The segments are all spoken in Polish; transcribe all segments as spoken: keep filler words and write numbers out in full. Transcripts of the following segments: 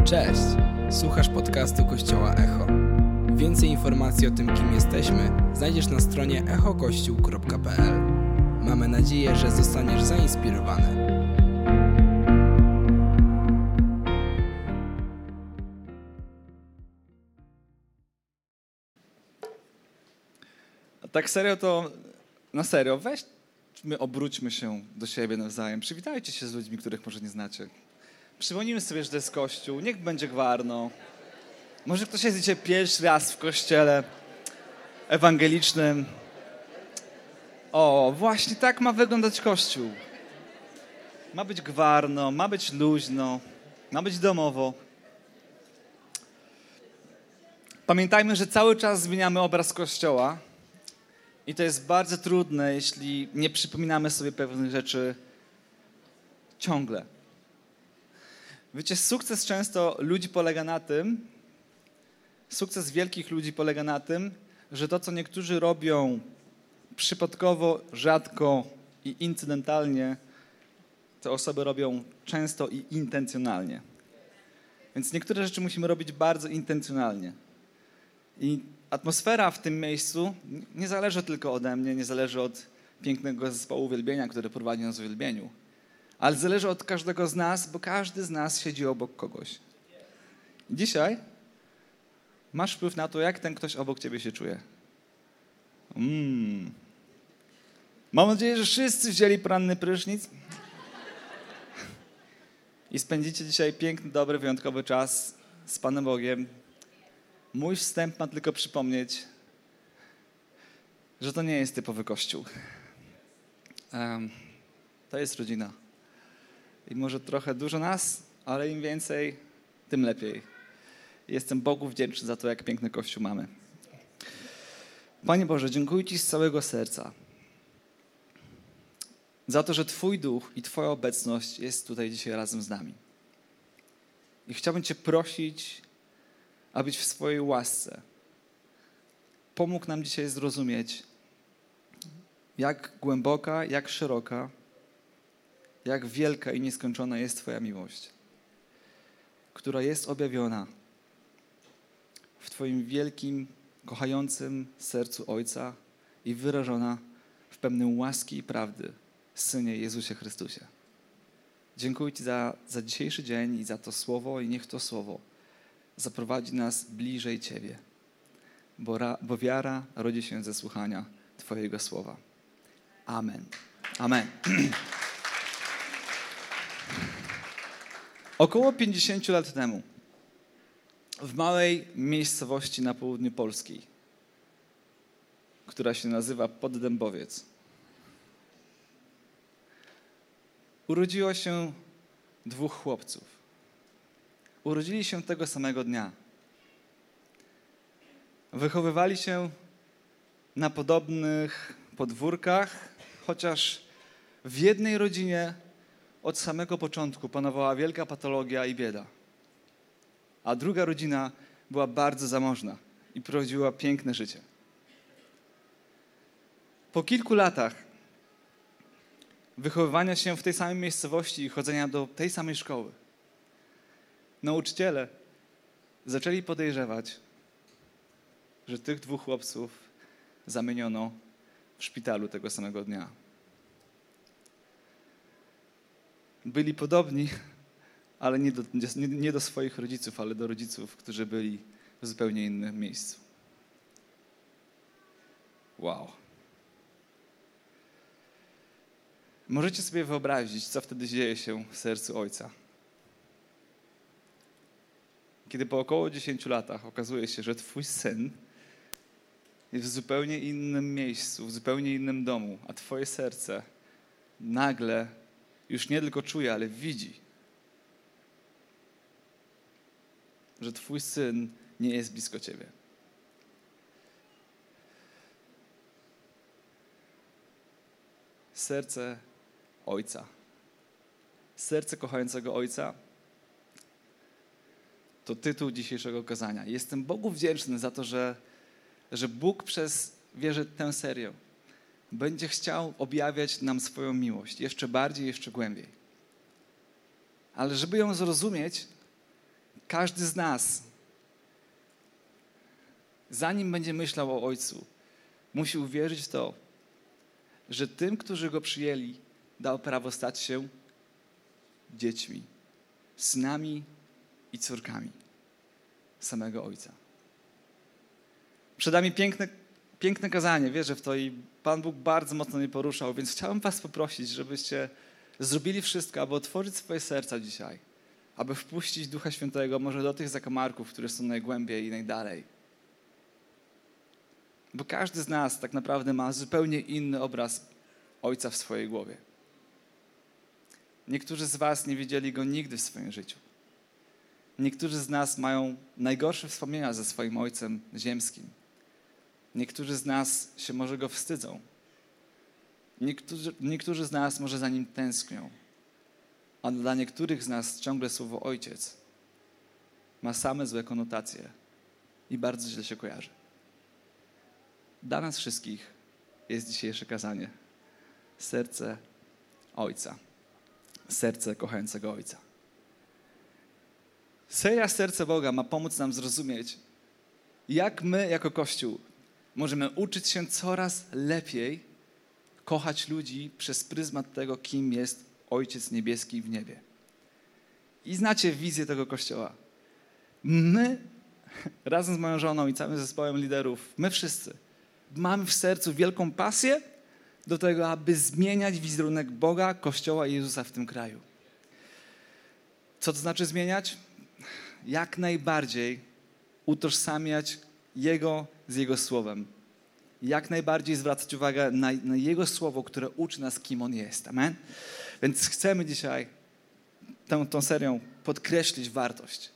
Cześć! Słuchasz podcastu Kościoła Echo. Więcej informacji o tym, kim jesteśmy, znajdziesz na stronie echo kościół kropka p l. Mamy nadzieję, że zostaniesz zainspirowany. A tak serio to, na serio, weźmy, obróćmy się do siebie nawzajem. Przywitajcie się z ludźmi, których może nie znacie. Przypomnijmy sobie, że to jest Kościół. Niech będzie gwarno. Może ktoś jest dzisiaj pierwszy raz w kościele ewangelicznym. O, właśnie tak ma wyglądać Kościół. Ma być gwarno, ma być luźno, ma być domowo. Pamiętajmy, że cały czas zmieniamy obraz Kościoła i to jest bardzo trudne, jeśli nie przypominamy sobie pewnych rzeczy ciągle. Wiecie, sukces często ludzi polega na tym, sukces wielkich ludzi polega na tym, że to, co niektórzy robią przypadkowo, rzadko i incydentalnie, te osoby robią często i intencjonalnie. Więc niektóre rzeczy musimy robić bardzo intencjonalnie. I atmosfera w tym miejscu nie zależy tylko ode mnie, nie zależy od pięknego zespołu uwielbienia, który prowadzi nas w uwielbieniu, ale zależy od każdego z nas, bo każdy z nas siedzi obok kogoś. Dzisiaj masz wpływ na to, jak ten ktoś obok ciebie się czuje. Mm. Mam nadzieję, że wszyscy wzięli poranny prysznic i spędzicie dzisiaj piękny, dobry, wyjątkowy czas z Panem Bogiem. Mój wstęp ma tylko przypomnieć, że to nie jest typowy Kościół. Um, to jest rodzina. I może trochę dużo nas, ale im więcej, tym lepiej. Jestem Bogu wdzięczny za to, jak piękny Kościół mamy. Panie Boże, dziękuję Ci z całego serca za to, że Twój duch i Twoja obecność jest tutaj dzisiaj razem z nami. I chciałbym Cię prosić, abyś w swojej łasce pomógł nam dzisiaj zrozumieć, jak głęboka, jak szeroka, jak wielka i nieskończona jest Twoja miłość, która jest objawiona w Twoim wielkim, kochającym sercu Ojca i wyrażona w pełnym łaski i prawdy w Synie Jezusie Chrystusie. Dziękuję Ci za, za dzisiejszy dzień i za to słowo i niech to słowo zaprowadzi nas bliżej Ciebie, bo, ra, bo wiara rodzi się ze słuchania Twojego słowa. Amen. Amen. Około pięćdziesiąt lat temu w małej miejscowości na południu Polski, która się nazywa Poddębowiec, urodziło się dwóch chłopców. Urodzili się tego samego dnia. Wychowywali się na podobnych podwórkach, chociaż w jednej rodzinie od samego początku panowała wielka patologia i bieda. A druga rodzina była bardzo zamożna i prowadziła piękne życie. Po kilku latach wychowywania się w tej samej miejscowości i chodzenia do tej samej szkoły, nauczyciele zaczęli podejrzewać, że tych dwóch chłopców zamieniono w szpitalu tego samego dnia. Byli podobni, ale nie do, nie, nie do swoich rodziców, ale do rodziców, którzy byli w zupełnie innym miejscu. Wow. Możecie sobie wyobrazić, co wtedy dzieje się w sercu ojca. Kiedy po około dziesięciu latach okazuje się, że twój syn jest w zupełnie innym miejscu, w zupełnie innym domu, a twoje serce nagle już nie tylko czuje, ale widzi, że twój syn nie jest blisko ciebie. Serce ojca. Serce kochającego ojca to tytuł dzisiejszego kazania. Jestem Bogu wdzięczny za to, że, że Bóg przez, wierzę, tę serię będzie chciał objawiać nam swoją miłość jeszcze bardziej, jeszcze głębiej. Ale żeby ją zrozumieć, Każdy z nas, zanim będzie myślał o Ojcu, musi uwierzyć w to, że tym, którzy Go przyjęli, dał prawo stać się dziećmi, synami i córkami samego Ojca. Przed nami piękne, piękne kazanie, wierzę w to i Pan Bóg bardzo mocno mnie poruszał, więc chciałem was poprosić, żebyście zrobili wszystko, aby otworzyć swoje serca dzisiaj, aby wpuścić Ducha Świętego może do tych zakamarków, które są najgłębiej i najdalej. Bo każdy z nas tak naprawdę ma zupełnie inny obraz Ojca w swojej głowie. Niektórzy z was nie widzieli Go nigdy w swoim życiu. Niektórzy z nas mają najgorsze wspomnienia ze swoim Ojcem ziemskim. Niektórzy z nas się może Go wstydzą. Niektórzy, niektórzy z nas może za Nim tęsknią. A dla niektórych z nas ciągle słowo Ojciec ma same złe konotacje i bardzo źle się kojarzy. Dla nas wszystkich jest dzisiejsze kazanie. Serce Ojca. Serce kochającego Ojca. Seria Serce Boga ma pomóc nam zrozumieć, jak my jako Kościół możemy uczyć się coraz lepiej kochać ludzi przez pryzmat tego, kim jest Ojciec Niebieski w niebie. I znacie wizję tego Kościoła. My, razem z moją żoną i całym zespołem liderów, my wszyscy mamy w sercu wielką pasję do tego, aby zmieniać wizerunek Boga, Kościoła i Jezusa w tym kraju. Co to znaczy zmieniać? Jak najbardziej utożsamiać Jego z Jego Słowem. Jak najbardziej zwracać uwagę na, na Jego Słowo, które uczy nas, kim On jest. Amen? Więc chcemy dzisiaj tą, tą serią podkreślić wartość.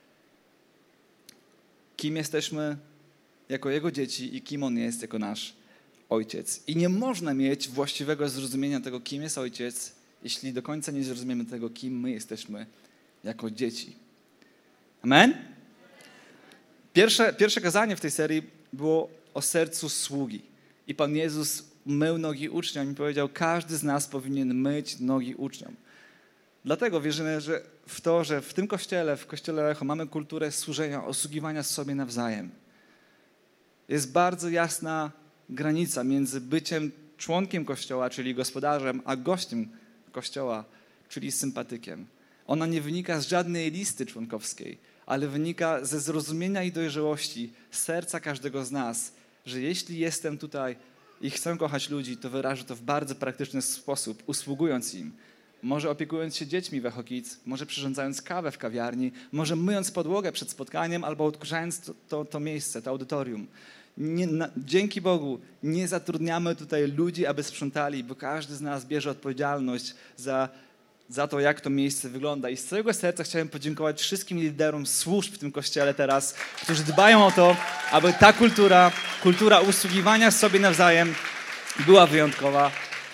Kim jesteśmy jako Jego dzieci i kim On jest jako nasz Ojciec. I nie można mieć właściwego zrozumienia tego, kim jest Ojciec, jeśli do końca nie zrozumiemy tego, kim my jesteśmy jako dzieci. Amen? Pierwsze, pierwsze kazanie w tej serii było o sercu sługi. I Pan Jezus mył nogi uczniom i powiedział, każdy z nas powinien myć nogi uczniom. Dlatego wierzymy że w to, że w tym kościele, w kościele Echo mamy kulturę służenia, osługiwania sobie nawzajem. Jest bardzo jasna granica między byciem członkiem Kościoła, czyli gospodarzem, a gościem Kościoła, czyli sympatykiem. Ona nie wynika z żadnej listy członkowskiej, ale wynika ze zrozumienia i dojrzałości serca każdego z nas, że jeśli jestem tutaj i chcę kochać ludzi, to wyrażę to w bardzo praktyczny sposób, usługując im. Może opiekując się dziećmi w Echo Kids, może przyrządzając kawę w kawiarni, może myjąc podłogę przed spotkaniem albo odkurzając to, to, to miejsce, to audytorium. Nie, na, dzięki Bogu nie zatrudniamy tutaj ludzi, aby sprzątali, bo każdy z nas bierze odpowiedzialność za, za to, jak to miejsce wygląda. I z całego serca chciałem podziękować wszystkim liderom służb w tym kościele teraz, którzy dbają o to, aby ta kultura, kultura usługiwania sobie nawzajem była wyjątkowa.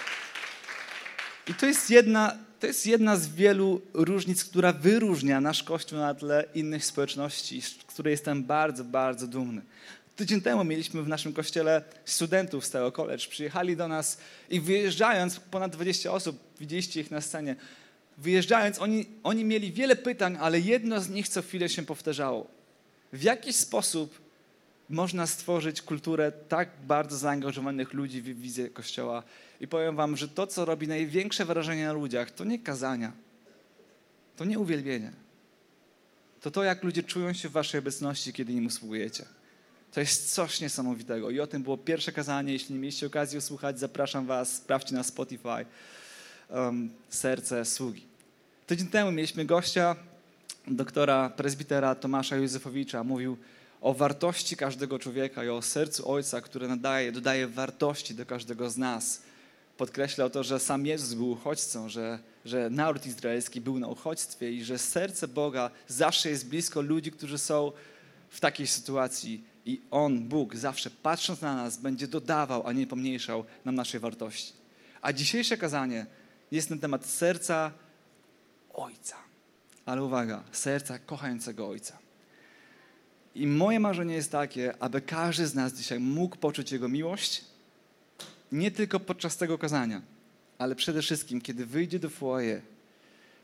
I to jest jedna, to jest jedna z wielu różnic, która wyróżnia nasz Kościół na tle innych społeczności, z której jestem bardzo, bardzo dumny. Tydzień temu mieliśmy w naszym kościele studentów z tego college. Przyjechali do nas i wyjeżdżając, ponad dwadzieścia osób, widzieliście ich na scenie, wyjeżdżając, oni, oni mieli wiele pytań, ale jedno z nich co chwilę się powtarzało. W jaki sposób można stworzyć kulturę tak bardzo zaangażowanych ludzi w wizję Kościoła? I powiem wam, że to, co robi największe wrażenie na ludziach, to nie kazania, to nie uwielbienie. To to, jak ludzie czują się w waszej obecności, kiedy im usługujecie. To jest coś niesamowitego. I o tym było pierwsze kazanie. Jeśli nie mieliście okazji usłuchać, zapraszam was, sprawdźcie na Spotify. Um, serce sługi. Tydzień temu mieliśmy gościa, doktora prezbitera Tomasza Józefowicza. Mówił o wartości każdego człowieka i o sercu Ojca, które nadaje, dodaje wartości do każdego z nas. Podkreślał to, że sam Jezus był uchodźcą, że, że naród izraelski był na uchodźstwie i że serce Boga zawsze jest blisko ludzi, którzy są w takiej sytuacji. I On, Bóg, zawsze patrząc na nas, będzie dodawał, a nie pomniejszał nam naszej wartości. A dzisiejsze kazanie jest na temat serca Ojca. Ale uwaga, serca kochającego Ojca. I moje marzenie jest takie, aby każdy z nas dzisiaj mógł poczuć Jego miłość, nie tylko podczas tego kazania, ale przede wszystkim, kiedy wyjdzie do foyer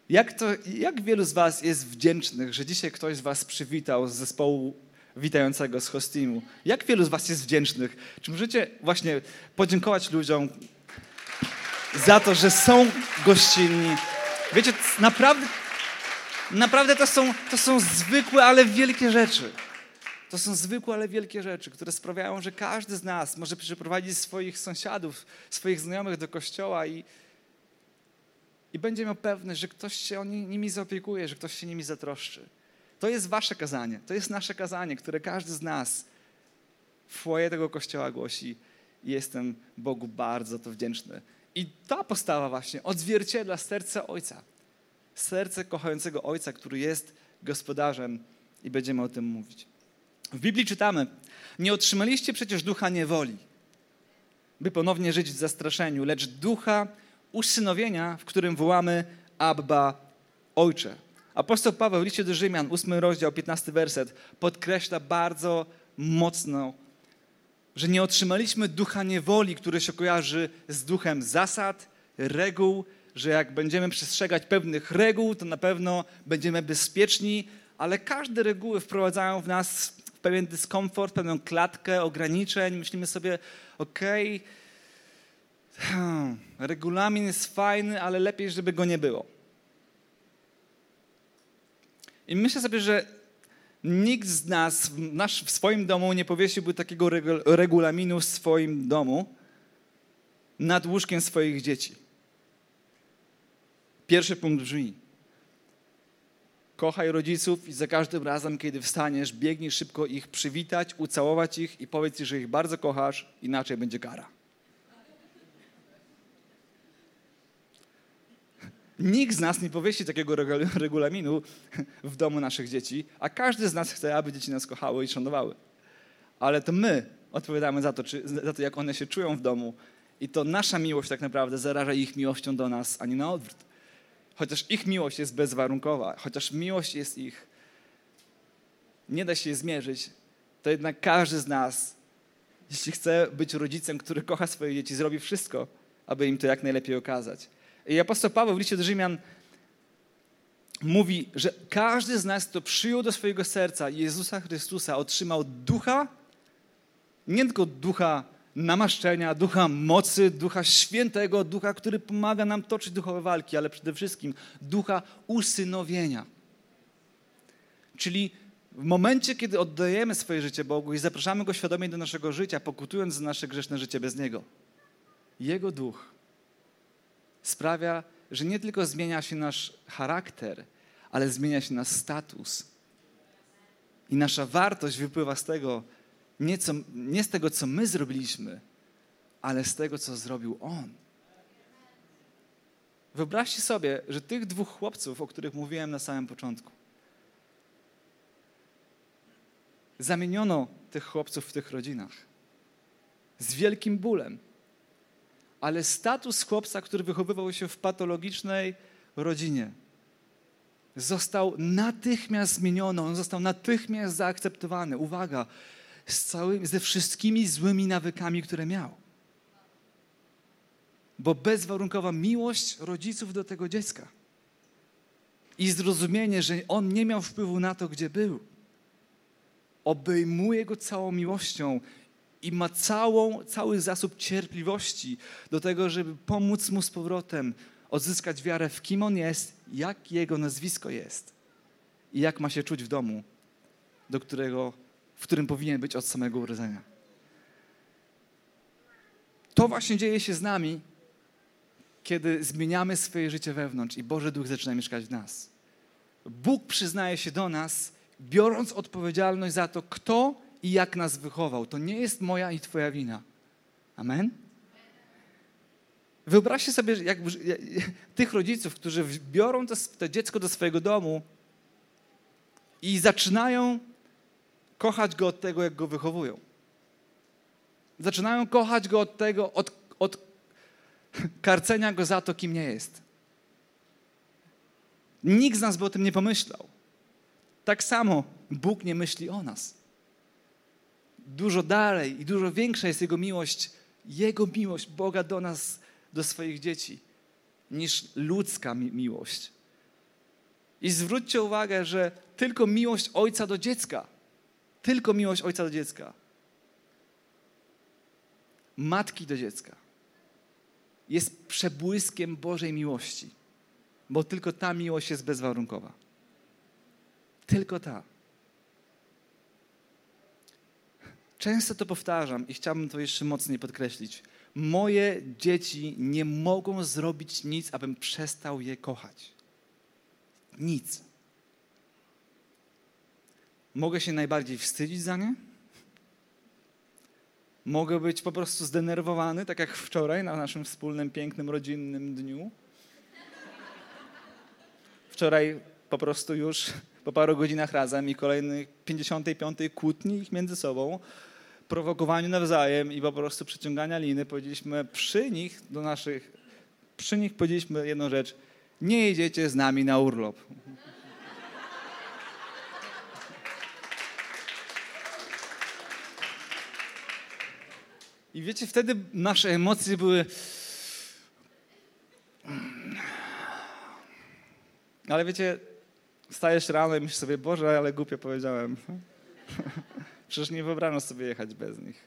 Jak, to, jak wielu z was jest wdzięcznych, że dzisiaj ktoś z was przywitał z zespołu witającego z Hostimu? Jak wielu z was jest wdzięcznych? Czy możecie właśnie podziękować ludziom za to, że są gościnni? Wiecie, naprawdę, naprawdę to są, to są zwykłe, ale wielkie rzeczy. To są zwykłe, ale wielkie rzeczy, które sprawiają, że każdy z nas może przyprowadzić swoich sąsiadów, swoich znajomych do kościoła i, i będzie miał pewność, że ktoś się o nimi zaopiekuje, że ktoś się nimi zatroszczy. To jest wasze kazanie, to jest nasze kazanie, które każdy z nas w foyer tego kościoła głosi i jestem Bogu bardzo to wdzięczny. I ta postawa właśnie odzwierciedla serce Ojca. Serce kochającego Ojca, który jest gospodarzem i będziemy o tym mówić. W Biblii czytamy, nie otrzymaliście przecież ducha niewoli, by ponownie żyć w zastraszeniu, lecz ducha usynowienia, w którym wołamy Abba, Ojcze. Apostoł Paweł w liście do Rzymian, ósmy rozdział, piętnasty werset, podkreśla bardzo mocno, że nie otrzymaliśmy ducha niewoli, który się kojarzy z duchem zasad, reguł, że jak będziemy przestrzegać pewnych reguł, to na pewno będziemy bezpieczni, ale każde reguły wprowadzają w nas w pewien dyskomfort, pewną klatkę ograniczeń. Myślimy sobie, okej, okay, hmm, regulamin jest fajny, ale lepiej, żeby go nie było. I myślę sobie, że nikt z nas w, nasz, w swoim domu nie powiesiłby takiego regulaminu w swoim domu nad łóżkiem swoich dzieci. Pierwszy punkt brzmi: kochaj rodziców i za każdym razem, kiedy wstaniesz, biegnij szybko ich przywitać, ucałować ich i powiedz, że ich bardzo kochasz, inaczej będzie kara. Nikt z nas nie powiesi takiego regulaminu w domu naszych dzieci, a każdy z nas chce, aby dzieci nas kochały i szanowały. Ale to my odpowiadamy za to, czy, za to, jak one się czują w domu i to nasza miłość tak naprawdę zaraża ich miłością do nas, a nie na odwrót. Chociaż ich miłość jest bezwarunkowa, chociaż miłość jest ich, nie da się je zmierzyć, to jednak każdy z nas, jeśli chce być rodzicem, który kocha swoje dzieci, zrobi wszystko, aby im to jak najlepiej okazać. I apostoł Paweł w liście do Rzymian mówi, że każdy z nas, kto przyjął do swojego serca Jezusa Chrystusa, otrzymał ducha, nie tylko ducha namaszczenia, ducha mocy, ducha świętego, ducha, który pomaga nam toczyć duchowe walki, ale przede wszystkim ducha usynowienia. Czyli w momencie, kiedy oddajemy swoje życie Bogu i zapraszamy Go świadomie do naszego życia, pokutując za nasze grzeszne życie bez Niego, Jego duch sprawia, że nie tylko zmienia się nasz charakter, ale zmienia się nasz status. I nasza wartość wypływa z tego, nie, co, nie z tego, co my zrobiliśmy, ale z tego, co zrobił On. Wyobraźcie sobie, że tych dwóch chłopców, o których mówiłem na samym początku, zamieniono tych chłopców w tych rodzinach z wielkim bólem. Ale status chłopca, który wychowywał się w patologicznej rodzinie, został natychmiast zmieniony, on został natychmiast zaakceptowany. Uwaga, z całymi, ze wszystkimi złymi nawykami, które miał. Bo bezwarunkowa miłość rodziców do tego dziecka i zrozumienie, że on nie miał wpływu na to, gdzie był, obejmuje go całą miłością i ma całą, cały zasób cierpliwości do tego, żeby pomóc mu z powrotem odzyskać wiarę w kim on jest, jak jego nazwisko jest i jak ma się czuć w domu, do którego, w którym powinien być od samego urodzenia. To właśnie dzieje się z nami, kiedy zmieniamy swoje życie wewnątrz i Boży Duch zaczyna mieszkać w nas. Bóg przyznaje się do nas, biorąc odpowiedzialność za to, kto i jak nas wychował. To nie jest moja i twoja wina. Amen? Wyobraźcie sobie jak, jak, tych rodziców, którzy biorą to, to dziecko do swojego domu i zaczynają kochać go od tego, jak go wychowują. Zaczynają kochać go od tego, od, od karcenia go za to, kim nie jest. Nikt z nas by o tym nie pomyślał. Tak samo Bóg nie myśli o nas. Dużo dalej i dużo większa jest Jego miłość, Jego miłość Boga do nas, do swoich dzieci, niż ludzka mi- miłość. I zwróćcie uwagę, że tylko miłość ojca do dziecka, tylko miłość ojca do dziecka, matki do dziecka jest przebłyskiem Bożej miłości, bo tylko ta miłość jest bezwarunkowa. Tylko ta. Często to powtarzam i chciałbym to jeszcze mocniej podkreślić. Moje dzieci nie mogą zrobić nic, abym przestał je kochać. Nic. Mogę się najbardziej wstydzić za nie. Mogę być po prostu zdenerwowany, tak jak wczoraj na naszym wspólnym, pięknym, rodzinnym dniu. Wczoraj po prostu już po paru godzinach razem i kolejnych pięćdziesiątej piątej kłótni ich między sobą, prowokowaniu nawzajem i po prostu przeciągania liny, powiedzieliśmy przy nich do naszych, przy nich powiedzieliśmy jedną rzecz: nie jedziecie z nami na urlop. I wiecie, wtedy nasze emocje były... Ale wiecie, wstajesz rano i myślisz sobie: Boże, ale głupio powiedziałem. Przecież nie wyobrażam sobie jechać bez nich.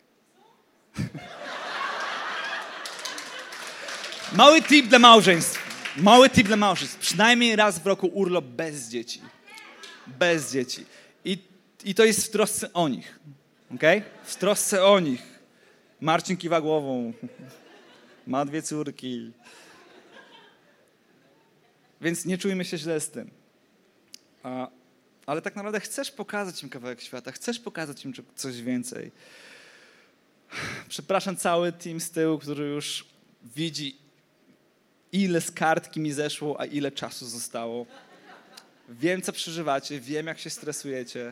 Mały tip dla małżeństw. Mały tip dla małżeństw. Przynajmniej raz w roku urlop bez dzieci. Bez dzieci. I, i to jest w trosce o nich. Okay? W trosce o nich. Marcin kiwa głową. Ma dwie córki. Więc nie czujmy się źle z tym. A, ale tak naprawdę chcesz pokazać im kawałek świata. Chcesz pokazać im coś więcej. Przepraszam cały team z tyłu, który już widzi, ile z kartki mi zeszło, a ile czasu zostało. Wiem, co przeżywacie. Wiem, jak się stresujecie.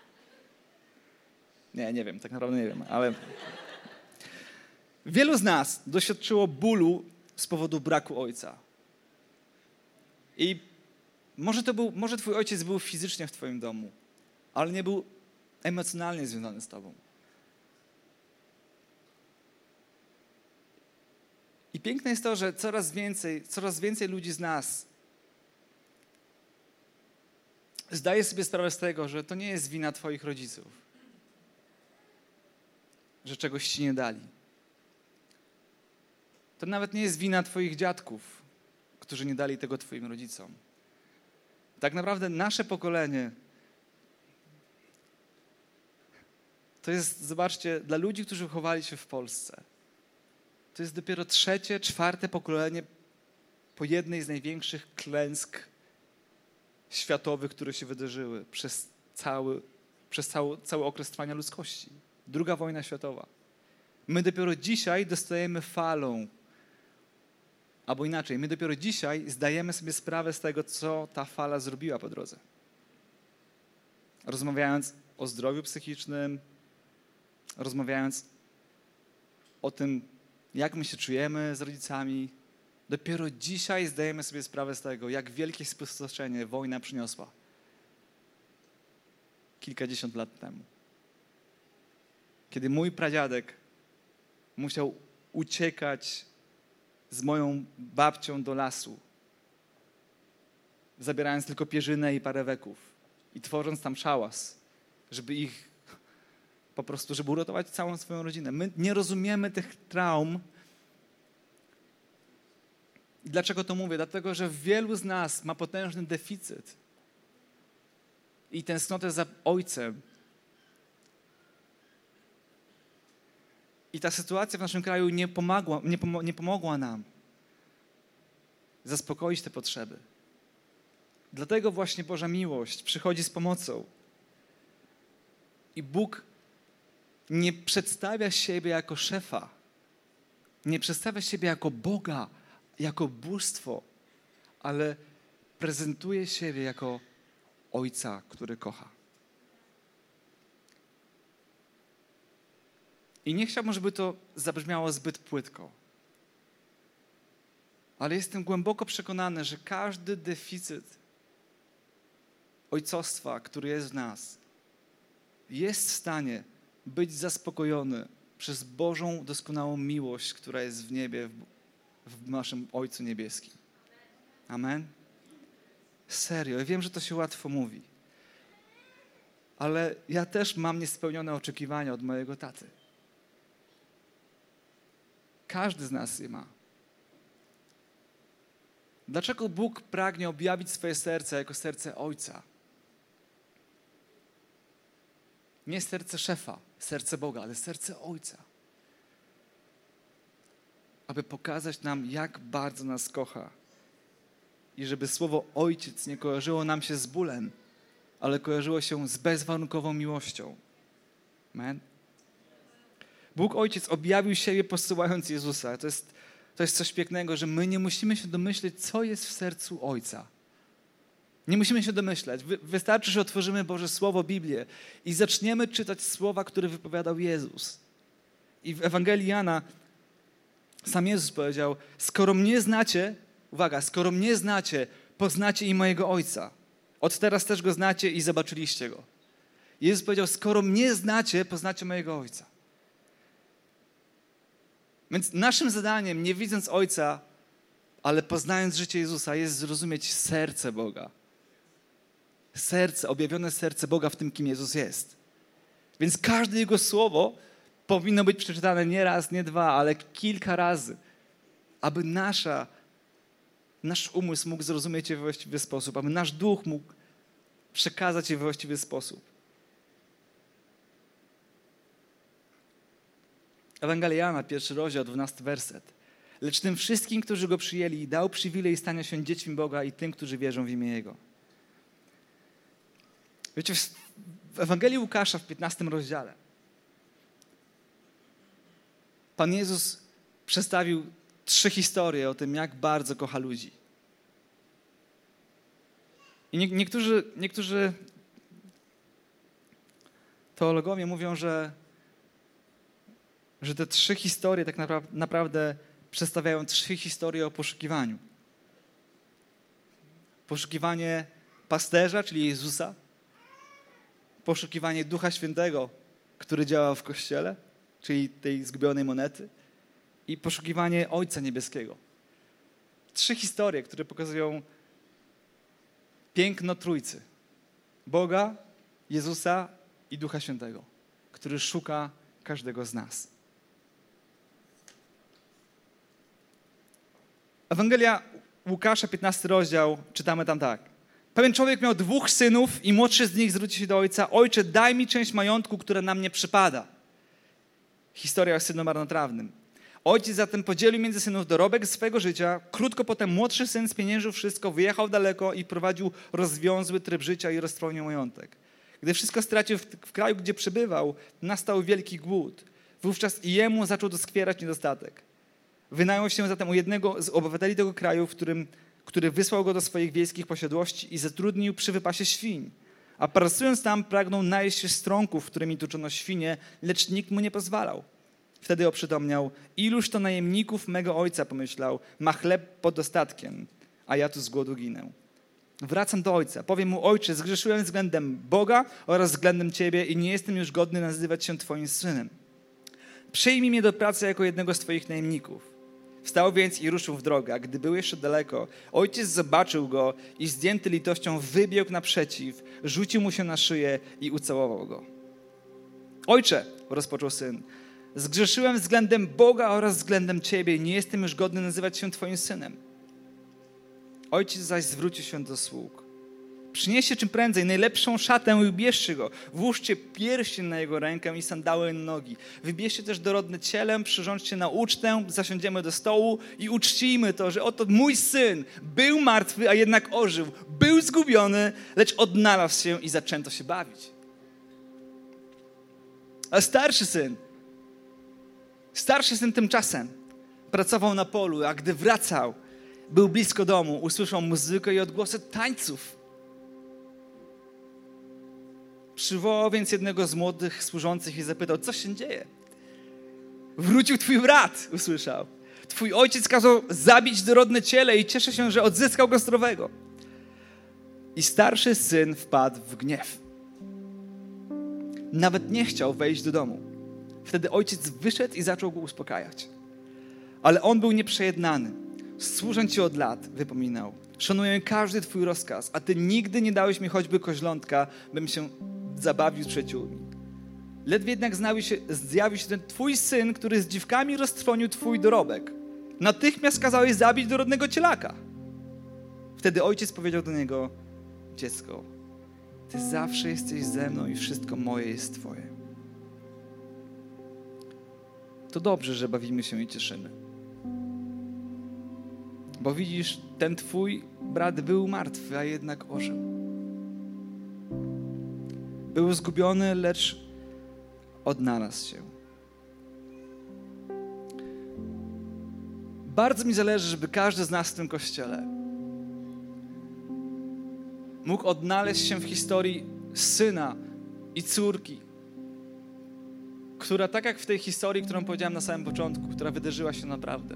Nie, nie wiem. Tak naprawdę nie wiem, ale... Wielu z nas doświadczyło bólu z powodu braku ojca. I może, to był, może twój ojciec był fizycznie w twoim domu, ale nie był emocjonalnie związany z tobą. I piękne jest to, że coraz więcej, coraz więcej ludzi z nas zdaje sobie sprawę z tego, że to nie jest wina twoich rodziców, że czegoś ci nie dali. To nawet nie jest wina twoich dziadków, którzy nie dali tego twoim rodzicom. Tak naprawdę nasze pokolenie to jest, zobaczcie, dla ludzi, którzy wychowali się w Polsce, to jest dopiero trzecie, czwarte pokolenie po jednej z największych klęsk światowych, które się wydarzyły przez cały, przez cały, cały okres trwania ludzkości. Druga wojna światowa. My dopiero dzisiaj dostajemy falą. Albo inaczej, my dopiero dzisiaj zdajemy sobie sprawę z tego, co ta fala zrobiła po drodze. Rozmawiając o zdrowiu psychicznym, rozmawiając o tym, jak my się czujemy z rodzicami, dopiero dzisiaj zdajemy sobie sprawę z tego, jak wielkie spustoszenie wojna przyniosła kilkadziesiąt lat temu. Kiedy mój pradziadek musiał uciekać z moją babcią do lasu, zabierając tylko pierzynę i parę weków i tworząc tam szałas, żeby ich po prostu, żeby uratować całą swoją rodzinę. My nie rozumiemy tych traum. I dlaczego to mówię? Dlatego, że wielu z nas ma potężny deficyt i tęsknotę za ojcem. I ta sytuacja w naszym kraju nie pomogła, nie, pomo- nie pomogła nam zaspokoić te potrzeby. Dlatego właśnie Boża miłość przychodzi z pomocą. I Bóg nie przedstawia siebie jako szefa, nie przedstawia siebie jako Boga, jako bóstwo, ale prezentuje siebie jako Ojca, który kocha. I nie chciałbym, żeby to zabrzmiało zbyt płytko, ale jestem głęboko przekonany, że każdy deficyt ojcostwa, który jest w nas, jest w stanie być zaspokojony przez Bożą doskonałą miłość, która jest w niebie, w naszym Ojcu Niebieskim. Amen. Serio, ja wiem, że to się łatwo mówi. Ale ja też mam niespełnione oczekiwania od mojego taty. Każdy z nas je ma. Dlaczego Bóg pragnie objawić swoje serce jako serce Ojca? Nie serce szefa, serce Boga, ale serce Ojca. Aby pokazać nam, jak bardzo nas kocha. I żeby słowo Ojciec nie kojarzyło nam się z bólem, ale kojarzyło się z bezwarunkową miłością. Amen. Bóg Ojciec objawił siebie posyłając Jezusa. To jest, to jest coś pięknego, że my nie musimy się domyśleć, co jest w sercu Ojca. Nie musimy się domyślać. Wy, wystarczy, że otworzymy Boże Słowo, Biblię i zaczniemy czytać słowa, które wypowiadał Jezus. I w Ewangelii Jana sam Jezus powiedział, skoro mnie znacie, uwaga, skoro mnie znacie, poznacie i mojego Ojca. Od teraz też Go znacie i zobaczyliście Go. Jezus powiedział, skoro mnie znacie, poznacie mojego Ojca. Więc naszym zadaniem, nie widząc Ojca, ale poznając życie Jezusa, jest zrozumieć serce Boga. Serce, objawione serce Boga w tym, kim Jezus jest. Więc każde Jego słowo powinno być przeczytane nie raz, nie dwa, ale kilka razy, aby nasza, nasz umysł mógł zrozumieć je we właściwy sposób, aby nasz duch mógł przekazać je we właściwy sposób. Ewangelia Jana, pierwszy rozdział, dwunasty werset. Lecz tym wszystkim, którzy Go przyjęli, dał przywilej stania się dziećmi Boga i tym, którzy wierzą w imię Jego. Wiecie, w Ewangelii Łukasza w piętnastym rozdziale Pan Jezus przedstawił trzy historie o tym, jak bardzo kocha ludzi. I nie, niektórzy, niektórzy teologowie mówią, że, że te trzy historie tak napra- naprawdę przedstawiają trzy historie o poszukiwaniu. Poszukiwanie pasterza, czyli Jezusa. Poszukiwanie Ducha Świętego, który działał w Kościele, czyli tej zgubionej monety. I poszukiwanie Ojca Niebieskiego. Trzy historie, które pokazują piękno Trójcy. Boga, Jezusa i Ducha Świętego, który szuka każdego z nas. Ewangelia Łukasza, piętnasty rozdział, czytamy tam tak. Pewien człowiek miał dwóch synów i młodszy z nich zwrócił się do ojca. Ojcze, daj mi część majątku, która na mnie przypada. Historia o synu marnotrawnym. Ojciec zatem podzielił między synów dorobek swego życia. Krótko potem młodszy syn spieniężył wszystko, wyjechał daleko i prowadził rozwiązły tryb życia i roztrwonił majątek. Gdy wszystko stracił w, w kraju, gdzie przebywał, nastał wielki głód. Wówczas i jemu zaczął doskwierać niedostatek. Wynajął się zatem u jednego z obywateli tego kraju, w którym, który wysłał go do swoich wiejskich posiadłości i zatrudnił przy wypasie świń. A pracując tam, pragnął najeść się strąków, którymi tuczono świnie, lecz nikt mu nie pozwalał. Wtedy oprzytomniał, iluż to najemników mego ojca, pomyślał, ma chleb pod dostatkiem, a ja tu z głodu ginę. Wracam do ojca, powiem mu, ojcze, zgrzeszyłem względem Boga oraz względem ciebie i nie jestem już godny nazywać się twoim synem. Przyjmij mnie do pracy jako jednego z twoich najemników. Wstał więc i ruszył w drogę, a gdy był jeszcze daleko, ojciec zobaczył go i zdjęty litością wybiegł naprzeciw, rzucił mu się na szyję i ucałował go. Ojcze, rozpoczął syn, zgrzeszyłem względem Boga oraz względem ciebie i nie jestem już godny nazywać się twoim synem. Ojciec zaś zwrócił się do sług. Przynieście czym prędzej najlepszą szatę i ubierzcie go. Włóżcie pierścień na jego rękę i sandały na nogi. Wybierzcie też dorodne ciele, przyrządźcie na ucztę, zasiądziemy do stołu i uczcijmy to, że oto mój syn był martwy, a jednak ożył. Był zgubiony, lecz odnalazł się i zaczęto się bawić. A starszy syn, starszy syn tymczasem pracował na polu, a gdy wracał, był blisko domu, usłyszał muzykę i odgłosy tańców. Przywołał więc jednego z młodych służących i zapytał, co się dzieje? Wrócił twój brat, usłyszał. Twój ojciec kazał zabić dorodne ciele i cieszę się, że odzyskał go zdrowego. I starszy syn wpadł w gniew. Nawet nie chciał wejść do domu. Wtedy ojciec wyszedł i zaczął go uspokajać. Ale on był nieprzejednany. Służę ci od lat, wypominał. Szanuję każdy Twój rozkaz, a Ty nigdy nie dałeś mi choćby koźlątka, bym się zabawił z przyjaciółmi. Ledwie jednak zjawił się, zjawił się ten Twój syn, który z dziwkami roztrwonił Twój dorobek. Natychmiast kazałeś zabić dorodnego cielaka. Wtedy ojciec powiedział do niego: dziecko, Ty zawsze jesteś ze mną i wszystko moje jest Twoje. To dobrze, że bawimy się i cieszymy. Bo widzisz, ten Twój brat był martwy, a jednak ożył. Był zgubiony, lecz odnalazł się. Bardzo mi zależy, żeby każdy z nas w tym kościele mógł odnaleźć się w historii syna i córki, która tak jak w tej historii, którą powiedziałem na samym początku, która wydarzyła się naprawdę,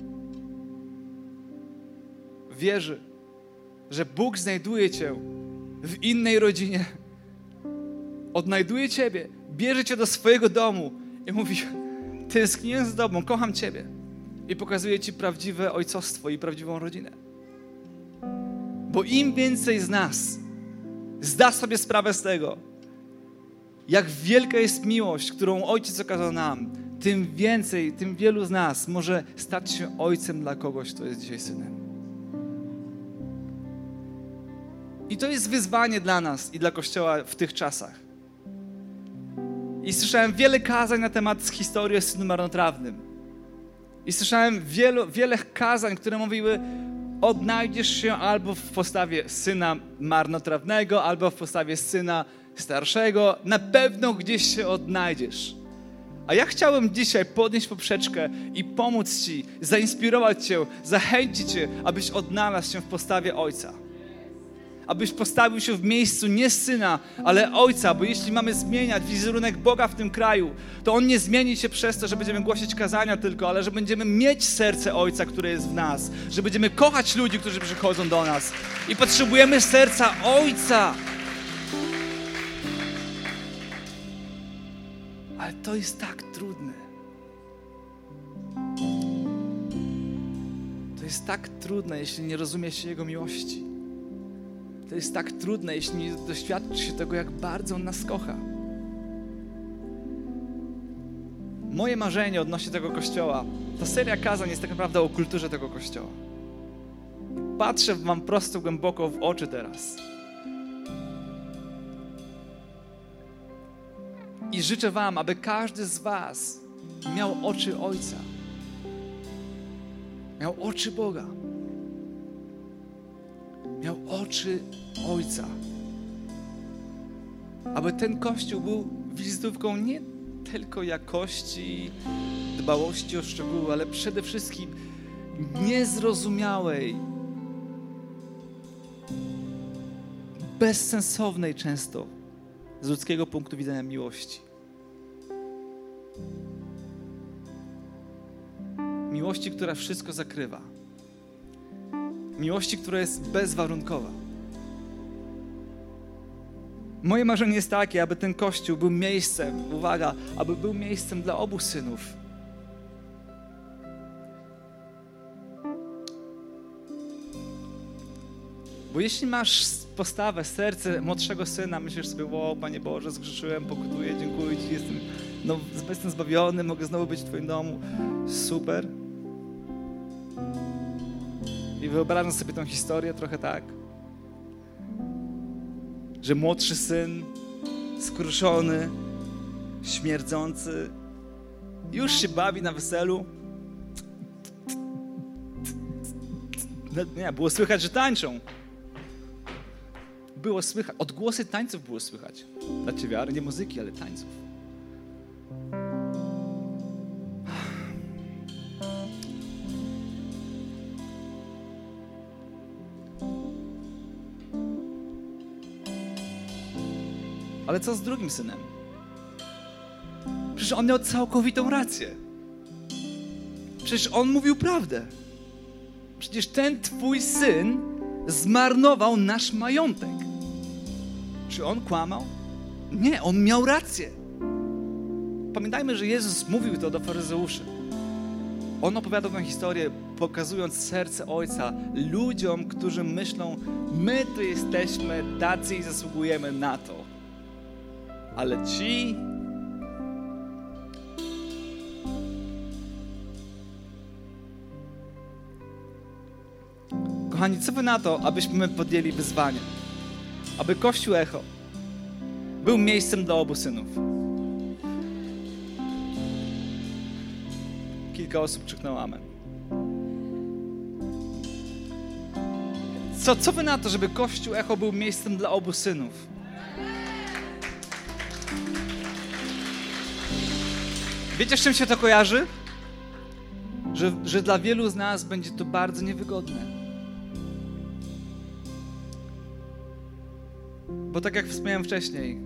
wierzy, że Bóg znajduje cię w innej rodzinie, odnajduje ciebie, bierze cię do swojego domu i mówi: tęskniłem za tobą, kocham ciebie, i pokazuje ci prawdziwe ojcostwo i prawdziwą rodzinę. Bo im więcej z nas zda sobie sprawę z tego, jak wielka jest miłość, którą Ojciec okazał nam, tym więcej, tym wielu z nas może stać się ojcem dla kogoś, kto jest dzisiaj synem. I to jest wyzwanie dla nas i dla Kościoła w tych czasach. I słyszałem wiele kazań na temat historii o synu marnotrawnym. I słyszałem wielu, wiele kazań, które mówiły: odnajdziesz się albo w postawie syna marnotrawnego, albo w postawie syna starszego. Na pewno gdzieś się odnajdziesz. A ja chciałem dzisiaj podnieść poprzeczkę i pomóc ci, zainspirować cię, zachęcić cię, abyś odnalazł się w postawie ojca. Abyś postawił się w miejscu nie syna, ale ojca, bo jeśli mamy zmieniać wizerunek Boga w tym kraju, to On nie zmieni się przez to, że będziemy głosić kazania tylko, ale że będziemy mieć serce Ojca, które jest w nas, że będziemy kochać ludzi, którzy przychodzą do nas i potrzebujemy serca Ojca. Ale to jest tak trudne. To jest tak trudne, jeśli nie rozumie się Jego miłości. To jest tak trudne, jeśli nie doświadczy się tego, jak bardzo On nas kocha. Moje marzenie odnośnie tego Kościoła, ta seria kazań jest tak naprawdę o kulturze tego Kościoła. Patrzę wam prosto, głęboko w oczy teraz. I życzę wam, aby każdy z was miał oczy Ojca. Miał oczy Boga. Miał oczy Ojca. Aby ten Kościół był wizytówką nie tylko jakości, dbałości o szczegóły, ale przede wszystkim niezrozumiałej, bezsensownej często z ludzkiego punktu widzenia miłości. Miłości, która wszystko zakrywa. Miłości, która jest bezwarunkowa. Moje marzenie jest takie, aby ten Kościół był miejscem, uwaga, aby był miejscem dla obu synów. Bo jeśli masz postawę, serce młodszego syna, myślisz sobie: o, Panie Boże, zgrzeszyłem, pokutuję, dziękuję Ci, jestem, no, jestem zbawiony, mogę znowu być w Twoim domu. Super. I wyobrażam sobie tę historię trochę tak, że młodszy syn, skruszony, śmierdzący, już się bawi na weselu. Nie, było słychać, że tańczą. Było słychać, odgłosy tańców było słychać. Dla Ciebie, wiary, nie muzyki, ale tańców. Ale co z drugim synem? Przecież on miał całkowitą rację. Przecież on mówił prawdę. Przecież ten twój syn zmarnował nasz majątek. Czy on kłamał? Nie, on miał rację. Pamiętajmy, że Jezus mówił to do faryzeuszy. On opowiadał tę historię pokazując serce Ojca ludziom, którzy myślą, my tu jesteśmy tacy i zasługujemy na to. Ale ci... Kochani, co wy na to, abyśmy podjęli wyzwanie? Aby Kościół Echo był miejscem dla obu synów. Kilka osób krzyknęło amen. Co, co wy na to, żeby Kościół Echo był miejscem dla obu synów? Wiecie, z czym się to kojarzy? Że, że dla wielu z nas będzie to bardzo niewygodne. Bo tak jak wspomniałem wcześniej,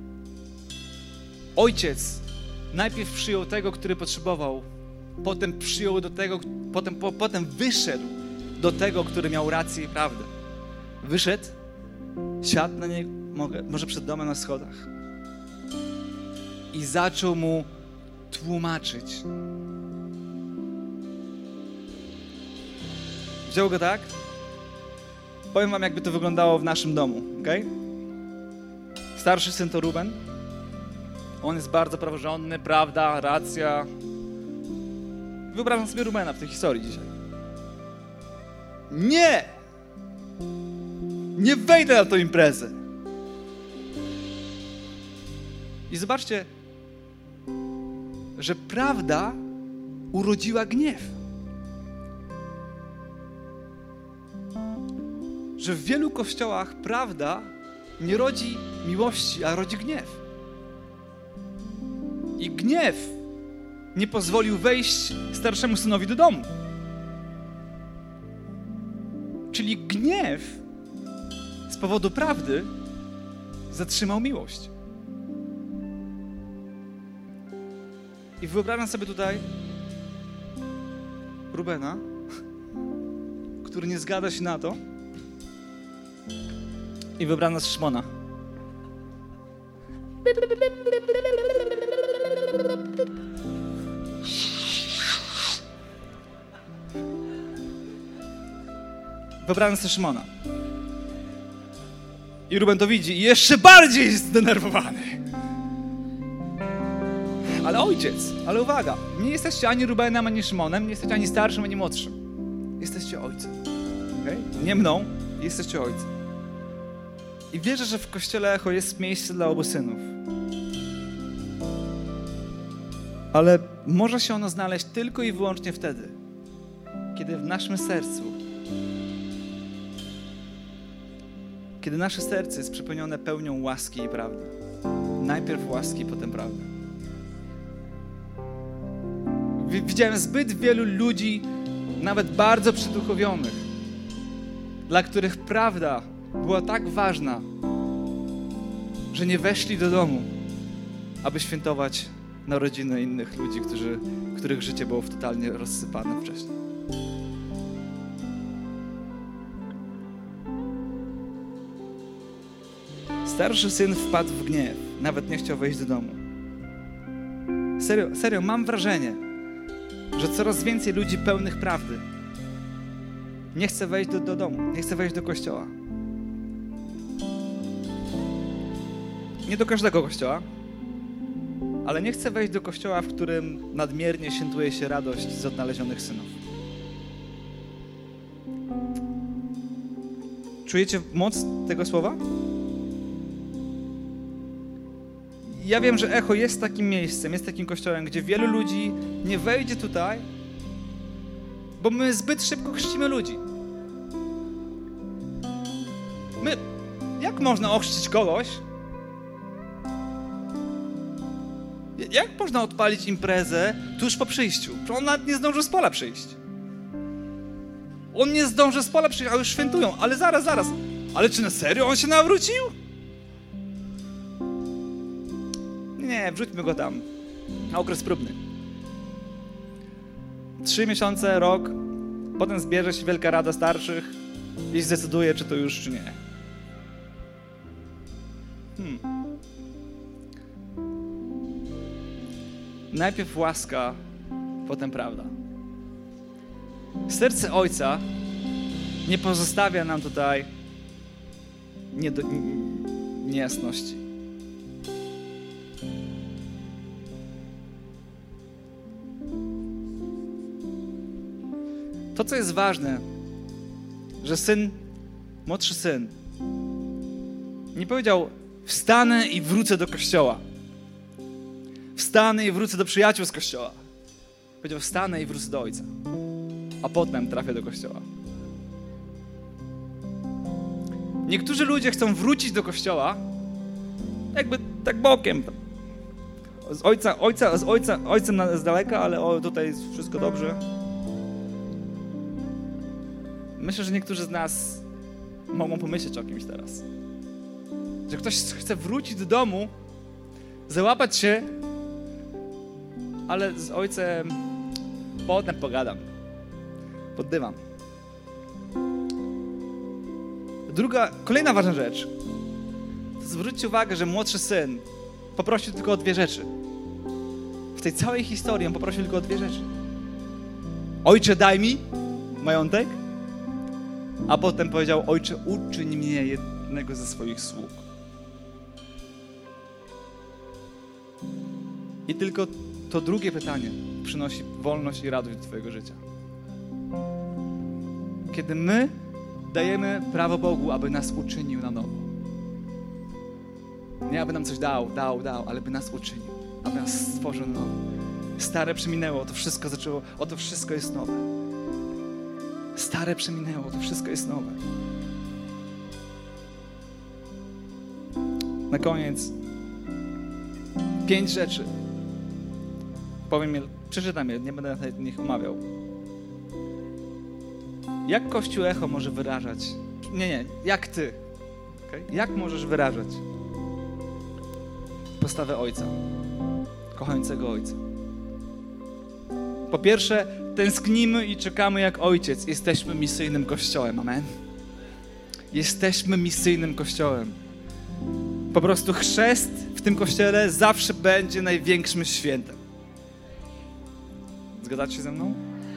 ojciec najpierw przyjął tego, który potrzebował, potem przyjął do tego, potem, po, potem wyszedł do tego, który miał rację i prawdę. Wyszedł, siadł na niej, mogę, może przed domem na schodach i zaczął mu tłumaczyć. Wziął go tak? Powiem wam, jakby to wyglądało w naszym domu, okej? Okay? Starszy syn to Ruben. On jest bardzo praworządny, prawda, racja. Wyobrażam sobie Rubena w tej historii dzisiaj. Nie! Nie wejdę na tę imprezę. I zobaczcie, że prawda urodziła gniew. Że w wielu kościołach prawda nie rodzi miłości, a rodzi gniew. I gniew nie pozwolił wejść starszemu synowi do domu. Czyli gniew z powodu prawdy zatrzymał miłość. I wyobrażam sobie tutaj Rubena, który nie zgadza się na to, i wyobrażam sobie Szymona. Wyobrażam sobie Szymona. I Ruben to widzi i jeszcze bardziej jest zdenerwowany. Ale ojciec, ale uwaga, nie jesteście ani Rubenem, ani Szymonem, nie jesteście ani starszym, ani młodszym. Jesteście ojcem. Okay? Nie mną, jesteście ojcem. I wierzę, że w Kościele Echo jest miejsce dla obu synów. Ale może się ono znaleźć tylko i wyłącznie wtedy, kiedy w naszym sercu, kiedy nasze serce jest przepełnione pełnią łaski i prawdy. Najpierw łaski, potem prawdy. Widziałem zbyt wielu ludzi, nawet bardzo przyduchowionych, dla których prawda była tak ważna, że nie weszli do domu, aby świętować narodziny innych ludzi, którzy, których życie było totalnie rozsypane wcześniej. Starszy syn wpadł w gniew, nawet nie chciał wejść do domu. Serio, serio, mam wrażenie, że coraz więcej ludzi pełnych prawdy nie chce wejść do, do domu, nie chce wejść do kościoła. Nie do każdego kościoła, ale nie chce wejść do kościoła, w którym nadmiernie świętuje się radość z odnalezionych synów. Czujecie moc tego słowa? Ja wiem, że Echo jest takim miejscem, jest takim kościołem, gdzie wielu ludzi nie wejdzie tutaj, bo my zbyt szybko chrzcimy ludzi. My, jak można ochrzcić kogoś? Jak można odpalić imprezę tuż po przyjściu? On nawet nie zdąży z pola przyjść. On nie zdąży z pola przyjść, a już świętują. Ale zaraz, zaraz. Ale czy na serio on się nawrócił? Nie, wrzućmy go tam na okres próbny. Trzy miesiące, rok, potem zbierze się wielka rada starszych i zdecyduje, czy to już, czy nie. Hmm. Najpierw łaska, potem prawda. serce Ojca nie pozostawia nam tutaj niedo, niejasności. To, co jest ważne, że syn, młodszy syn, nie powiedział: wstanę i wrócę do kościoła. Wstanę i wrócę do przyjaciół z kościoła. Powiedział: wstanę i wrócę do Ojca, a potem trafię do kościoła. Niektórzy ludzie chcą wrócić do kościoła jakby tak bokiem. Z ojca, ojca, z ojca, ojcem z daleka, ale o, tutaj jest wszystko dobrze. Myślę, że niektórzy z nas mogą pomyśleć o kimś teraz. Że ktoś chce wrócić do domu, załapać się, ale z ojcem potem pogadam. Pod dywan. Druga, kolejna ważna rzecz. To zwróćcie uwagę, że młodszy syn poprosił tylko o dwie rzeczy. W tej całej historii on poprosił tylko o dwie rzeczy. Ojcze, daj mi majątek. A potem powiedział: Ojcze, uczyń mnie jednego ze swoich sług. I tylko to drugie pytanie przynosi wolność i radość do twojego życia. Kiedy my dajemy prawo Bogu, aby nas uczynił na nowo. Nie aby nam coś dał, dał, dał, ale by nas uczynił. Aby nas stworzył na nowo. Stare przeminęło, to wszystko zaczęło, oto wszystko jest nowe. Stare przeminęło, to wszystko jest nowe. Na koniec pięć rzeczy. Powiem je, przeczytam je, nie będę nawet nich omawiał. Jak Kościół Echo może wyrażać? Nie, nie, jak ty? Okay? Jak możesz wyrażać postawę Ojca, kochającego Ojca? Po pierwsze, tęsknimy i czekamy jak Ojciec. Jesteśmy misyjnym Kościołem, amen? Jesteśmy misyjnym Kościołem. Po prostu chrzest w tym Kościele zawsze będzie największym świętem. Zgadzacie się ze mną?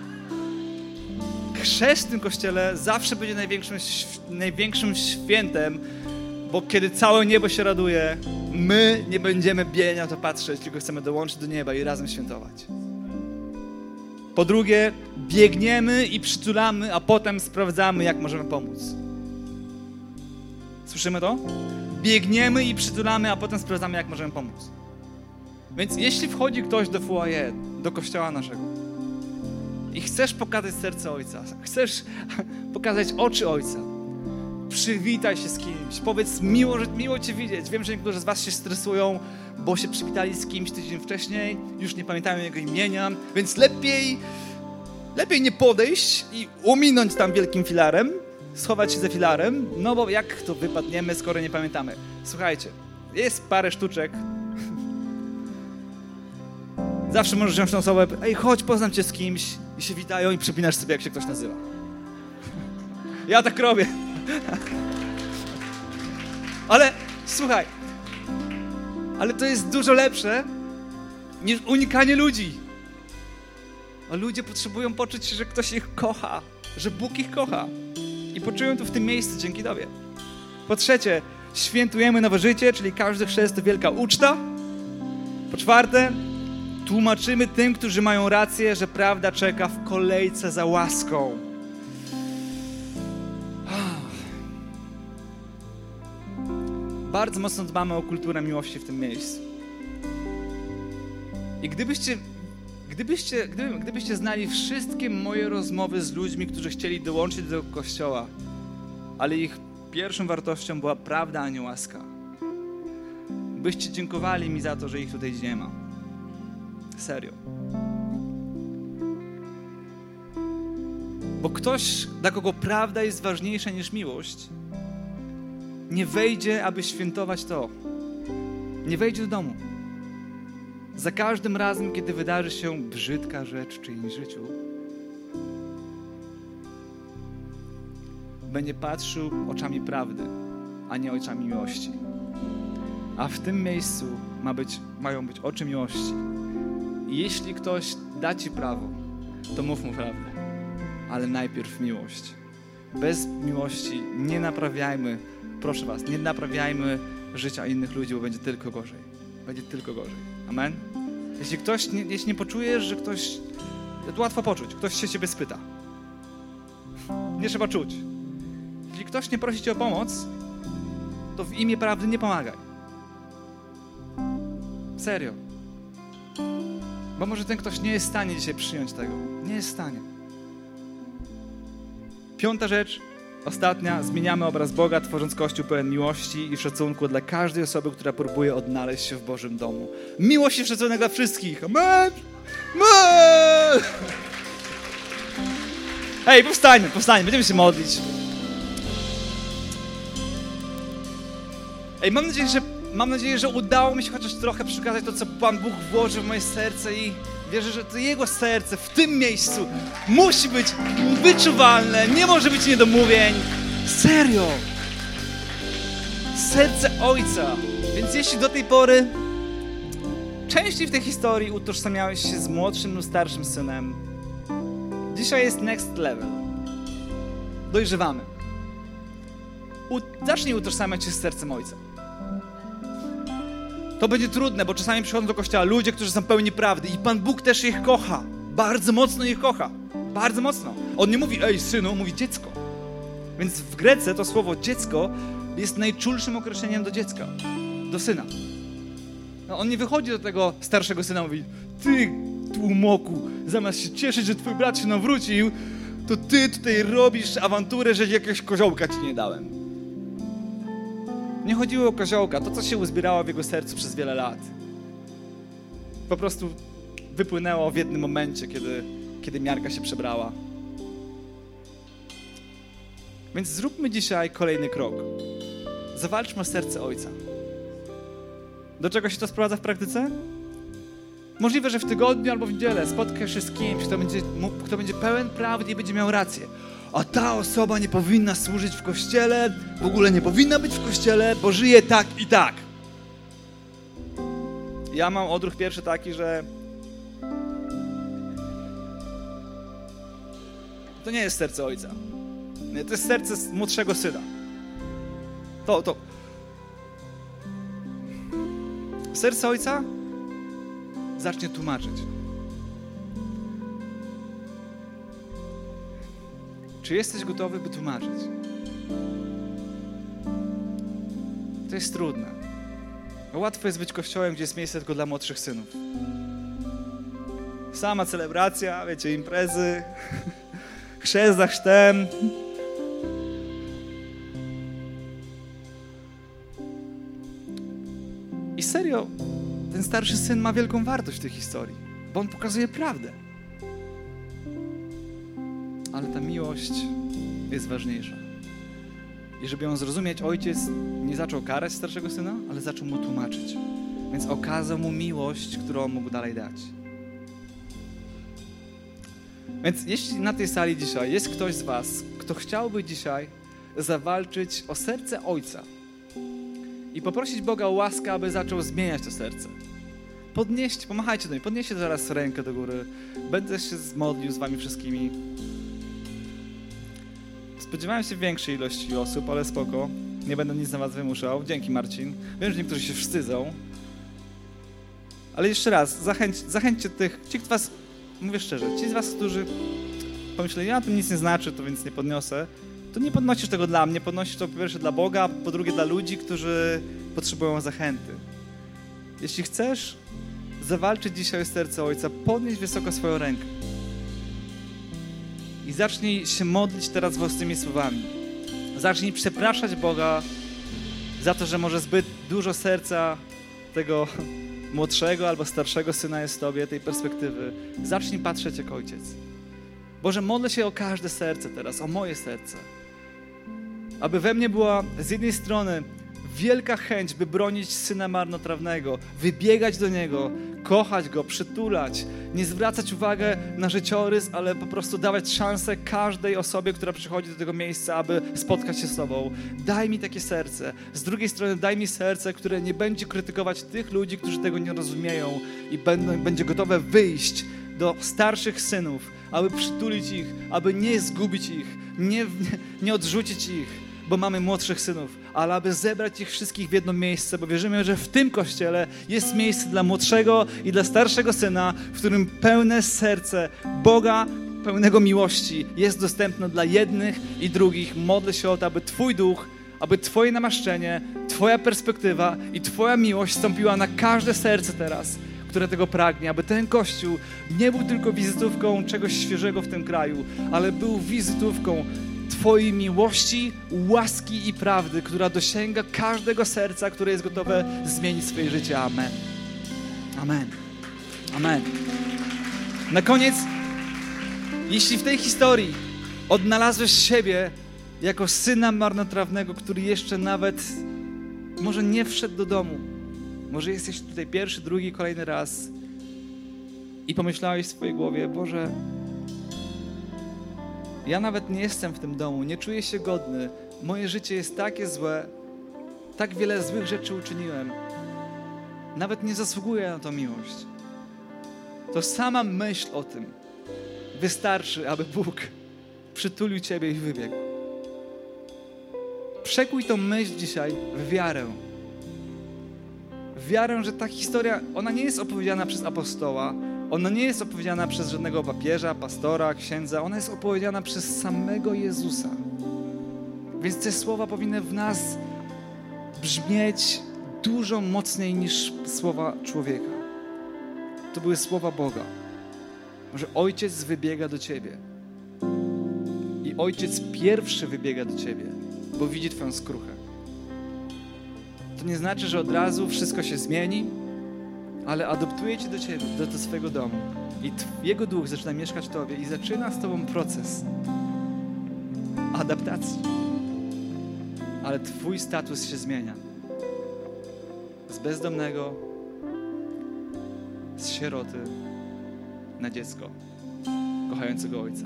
Chrzest w tym Kościele zawsze będzie największym, największym świętem, bo kiedy całe niebo się raduje, my nie będziemy bieli na to patrzeć, tylko chcemy dołączyć do nieba i razem świętować. Po drugie, biegniemy i przytulamy, a potem sprawdzamy, jak możemy pomóc. Słyszymy to? Biegniemy i przytulamy, a potem sprawdzamy, jak możemy pomóc. Więc jeśli wchodzi ktoś do foyer, do kościoła naszego i chcesz pokazać serce Ojca, chcesz pokazać oczy Ojca, przywitaj się z kimś, powiedz: miło, że miło Cię widzieć. Wiem, że niektórzy z was się stresują, bo się przywitali z kimś tydzień wcześniej, już nie pamiętają jego imienia, więc lepiej, lepiej nie podejść i ominąć tam wielkim filarem, schować się za filarem, no bo jak to wypadniemy, skoro nie pamiętamy. Słuchajcie, jest parę sztuczek. Zawsze możesz wziąć tą osobę: ej, chodź, poznam cię z kimś, i się witają i przypinasz sobie, jak się ktoś nazywa. Ja tak robię. Ale słuchaj, ale to jest dużo lepsze niż unikanie ludzi. A ludzie potrzebują poczuć, że ktoś ich kocha, że Bóg ich kocha. I poczują to w tym miejscu dzięki Tobie. Po trzecie, świętujemy nowe życie, czyli każdy chrzest to wielka uczta. Po czwarte, tłumaczymy tym, którzy mają rację, że prawda czeka w kolejce za łaską. Bardzo mocno dbamy o kulturę miłości w tym miejscu. I gdybyście, gdybyście, gdyby, gdybyście znali wszystkie moje rozmowy z ludźmi, którzy chcieli dołączyć do Kościoła, ale ich pierwszą wartością była prawda, a nie łaska, byście dziękowali mi za to, że ich tutaj nie ma. Serio. Bo ktoś, dla kogo prawda jest ważniejsza niż miłość, nie wejdzie, aby świętować to. Nie wejdzie do domu. Za każdym razem, kiedy wydarzy się brzydka rzecz w czyimś życiu, będzie patrzył oczami prawdy, a nie oczami miłości. A w tym miejscu ma być, mają być oczy miłości. I jeśli ktoś da ci prawo, to mów mu prawdę. ale najpierw miłość. Bez miłości nie naprawiajmy, proszę was, nie naprawiajmy życia innych ludzi, bo będzie tylko gorzej. Będzie tylko gorzej. Amen? Jeśli ktoś, nie, jeśli nie poczujesz, że ktoś, to łatwo poczuć, ktoś się ciebie spyta. Nie trzeba czuć. Jeśli ktoś nie prosi cię o pomoc, to w imię prawdy nie pomagaj. Serio. Bo może ten ktoś nie jest w stanie dzisiaj przyjąć tego. Nie jest w stanie. Piąta rzecz, ostatnia. Zmieniamy obraz Boga, tworząc Kościół pełen miłości i szacunku dla każdej osoby, która próbuje odnaleźć się w Bożym domu. Miłość i szacunek dla wszystkich. Amen! Amen! Hej, powstańmy, powstańmy. Będziemy się modlić. Ej, mam nadzieję, że Mam nadzieję, że udało mi się chociaż trochę przekazać to, co Pan Bóg włożył w moje serce i wierzę, że to Jego serce w tym miejscu musi być wyczuwalne, nie może być niedomówień. Serio! Serce Ojca. Więc jeśli do tej pory częściej w tej historii utożsamiałeś się z młodszym lub starszym synem, dzisiaj jest next level. Dojrzewamy. U- zacznij utożsamiać się z sercem Ojca. To będzie trudne, bo czasami przychodzą do kościoła ludzie, którzy są pełni prawdy i Pan Bóg też ich kocha. Bardzo mocno ich kocha. Bardzo mocno. On nie mówi, ej synu, mówi dziecko. Więc w Grece to słowo dziecko jest najczulszym określeniem do dziecka, do syna. No, on nie wychodzi do tego starszego syna i mówi, ty tłumoku, zamiast się cieszyć, że twój brat się nawrócił, to ty tutaj robisz awanturę, że jakiegoś koziołka ci nie dałem. Nie chodziło o koziołka, to co się uzbierało w jego sercu przez wiele lat. Po prostu wypłynęło w jednym momencie, kiedy, kiedy miarka się przebrała. Więc zróbmy dzisiaj kolejny krok. Zawalczmy o serce Ojca. Do czego się to sprowadza w praktyce? Możliwe, że w tygodniu albo w niedzielę spotkasz się z kimś, kto będzie, kto będzie pełen prawdy i będzie miał rację. A ta osoba nie powinna służyć w kościele, w ogóle nie powinna być w kościele, bo żyje tak i tak. Ja mam odruch pierwszy taki, że to nie jest serce Ojca. Nie, to jest serce młodszego syna. To, to. Serce Ojca zacznie tłumaczyć. Czy jesteś gotowy, by tłumaczyć? To jest trudne. Łatwo jest być kościołem, gdzie jest miejsce tylko dla młodszych synów. Sama celebracja, wiecie, imprezy, chrzest za chrztem. I serio, ten starszy syn ma wielką wartość w tej historii, bo on pokazuje prawdę. Ale ta miłość jest ważniejsza. I żeby ją zrozumieć, ojciec nie zaczął karać starszego syna, ale zaczął mu tłumaczyć. Więc okazał mu miłość, którą mógł dalej dać. Więc jeśli na tej sali dzisiaj jest ktoś z was, kto chciałby dzisiaj zawalczyć o serce Ojca i poprosić Boga o łaskę, aby zaczął zmieniać to serce. Podnieście, pomachajcie do mnie, podnieście zaraz rękę do góry. Będę się modlił z wami wszystkimi. Spodziewałem się większej ilości osób, ale spoko. Nie będę nic na was wymuszał. Dzięki, Marcin. Wiem, że niektórzy się wstydzą. Ale jeszcze raz, zachęć, zachęćcie tych, ci z was, mówię szczerze, ci z was, którzy pomyśleli, ja to nic nie znaczy, to więc nie podniosę, to nie podnosisz tego dla mnie, podnosisz to po pierwsze dla Boga, a po drugie dla ludzi, którzy potrzebują zachęty. Jeśli chcesz zawalczyć dzisiaj o serce Ojca, podnieś wysoko swoją rękę. I zacznij się modlić teraz własnymi słowami. Zacznij przepraszać Boga za to, że może zbyt dużo serca tego młodszego albo starszego syna jest w tobie, tej perspektywy. Zacznij patrzeć jak ojciec. Boże, modlę się o każde serce teraz, o moje serce. Aby we mnie była z jednej strony wielka chęć, by bronić syna marnotrawnego, wybiegać do niego, kochać go, przytulać, nie zwracać uwagi na życiorys, ale po prostu dawać szansę każdej osobie, która przychodzi do tego miejsca, aby spotkać się z tobą. Daj mi takie serce. Z drugiej strony daj mi serce, które nie będzie krytykować tych ludzi, którzy tego nie rozumieją i będą, będzie gotowe wyjść do starszych synów, aby przytulić ich, aby nie zgubić ich, nie, nie odrzucić ich, bo mamy młodszych synów, ale aby zebrać ich wszystkich w jedno miejsce, bo wierzymy, że w tym Kościele jest miejsce dla młodszego i dla starszego syna, w którym pełne serce Boga, pełnego miłości jest dostępne dla jednych i drugich. Modlę się o to, aby Twój duch, aby Twoje namaszczenie, Twoja perspektywa i Twoja miłość stąpiła na każde serce teraz, które tego pragnie, aby ten Kościół nie był tylko wizytówką czegoś świeżego w tym kraju, ale był wizytówką Twojej miłości, łaski i prawdy, która dosięga każdego serca, które jest gotowe zmienić swoje życie. Amen. Amen. Amen. Na koniec, jeśli w tej historii odnalazłeś siebie jako syna marnotrawnego, który jeszcze nawet może nie wszedł do domu, może jesteś tutaj pierwszy, drugi, kolejny raz i pomyślałeś w swojej głowie, Boże, ja nawet nie jestem w tym domu, nie czuję się godny, moje życie jest takie złe, tak wiele złych rzeczy uczyniłem, nawet nie zasługuję na tą miłość. To sama myśl o tym wystarczy, aby Bóg przytulił Ciebie i wybiegł. Przekuj tą myśl dzisiaj w wiarę. W wiarę, że ta historia, ona nie jest opowiedziana przez apostoła, ona nie jest opowiedziana przez żadnego papieża, pastora, księdza, ona jest opowiedziana przez samego Jezusa. Więc te słowa powinny w nas brzmieć dużo mocniej niż słowa człowieka. To były słowa Boga. Może Ojciec wybiega do Ciebie. I Ojciec pierwszy wybiega do Ciebie, bo widzi Twoją skruchę. To nie znaczy, że od razu wszystko się zmieni, ale adoptuje Cię do Ciebie, do, do swojego domu. I Jego Duch zaczyna mieszkać w Tobie i zaczyna z Tobą proces adaptacji. Ale Twój status się zmienia. Z bezdomnego, z sieroty na dziecko kochającego Ojca.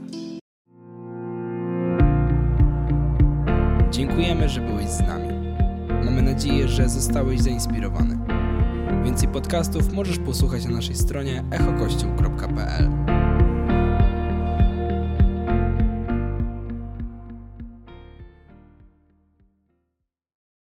Dziękujemy, że byłeś z nami. Mamy nadzieję, że zostałeś zainspirowany. Więcej podcastów możesz posłuchać na naszej stronie echo kościół kropka p l.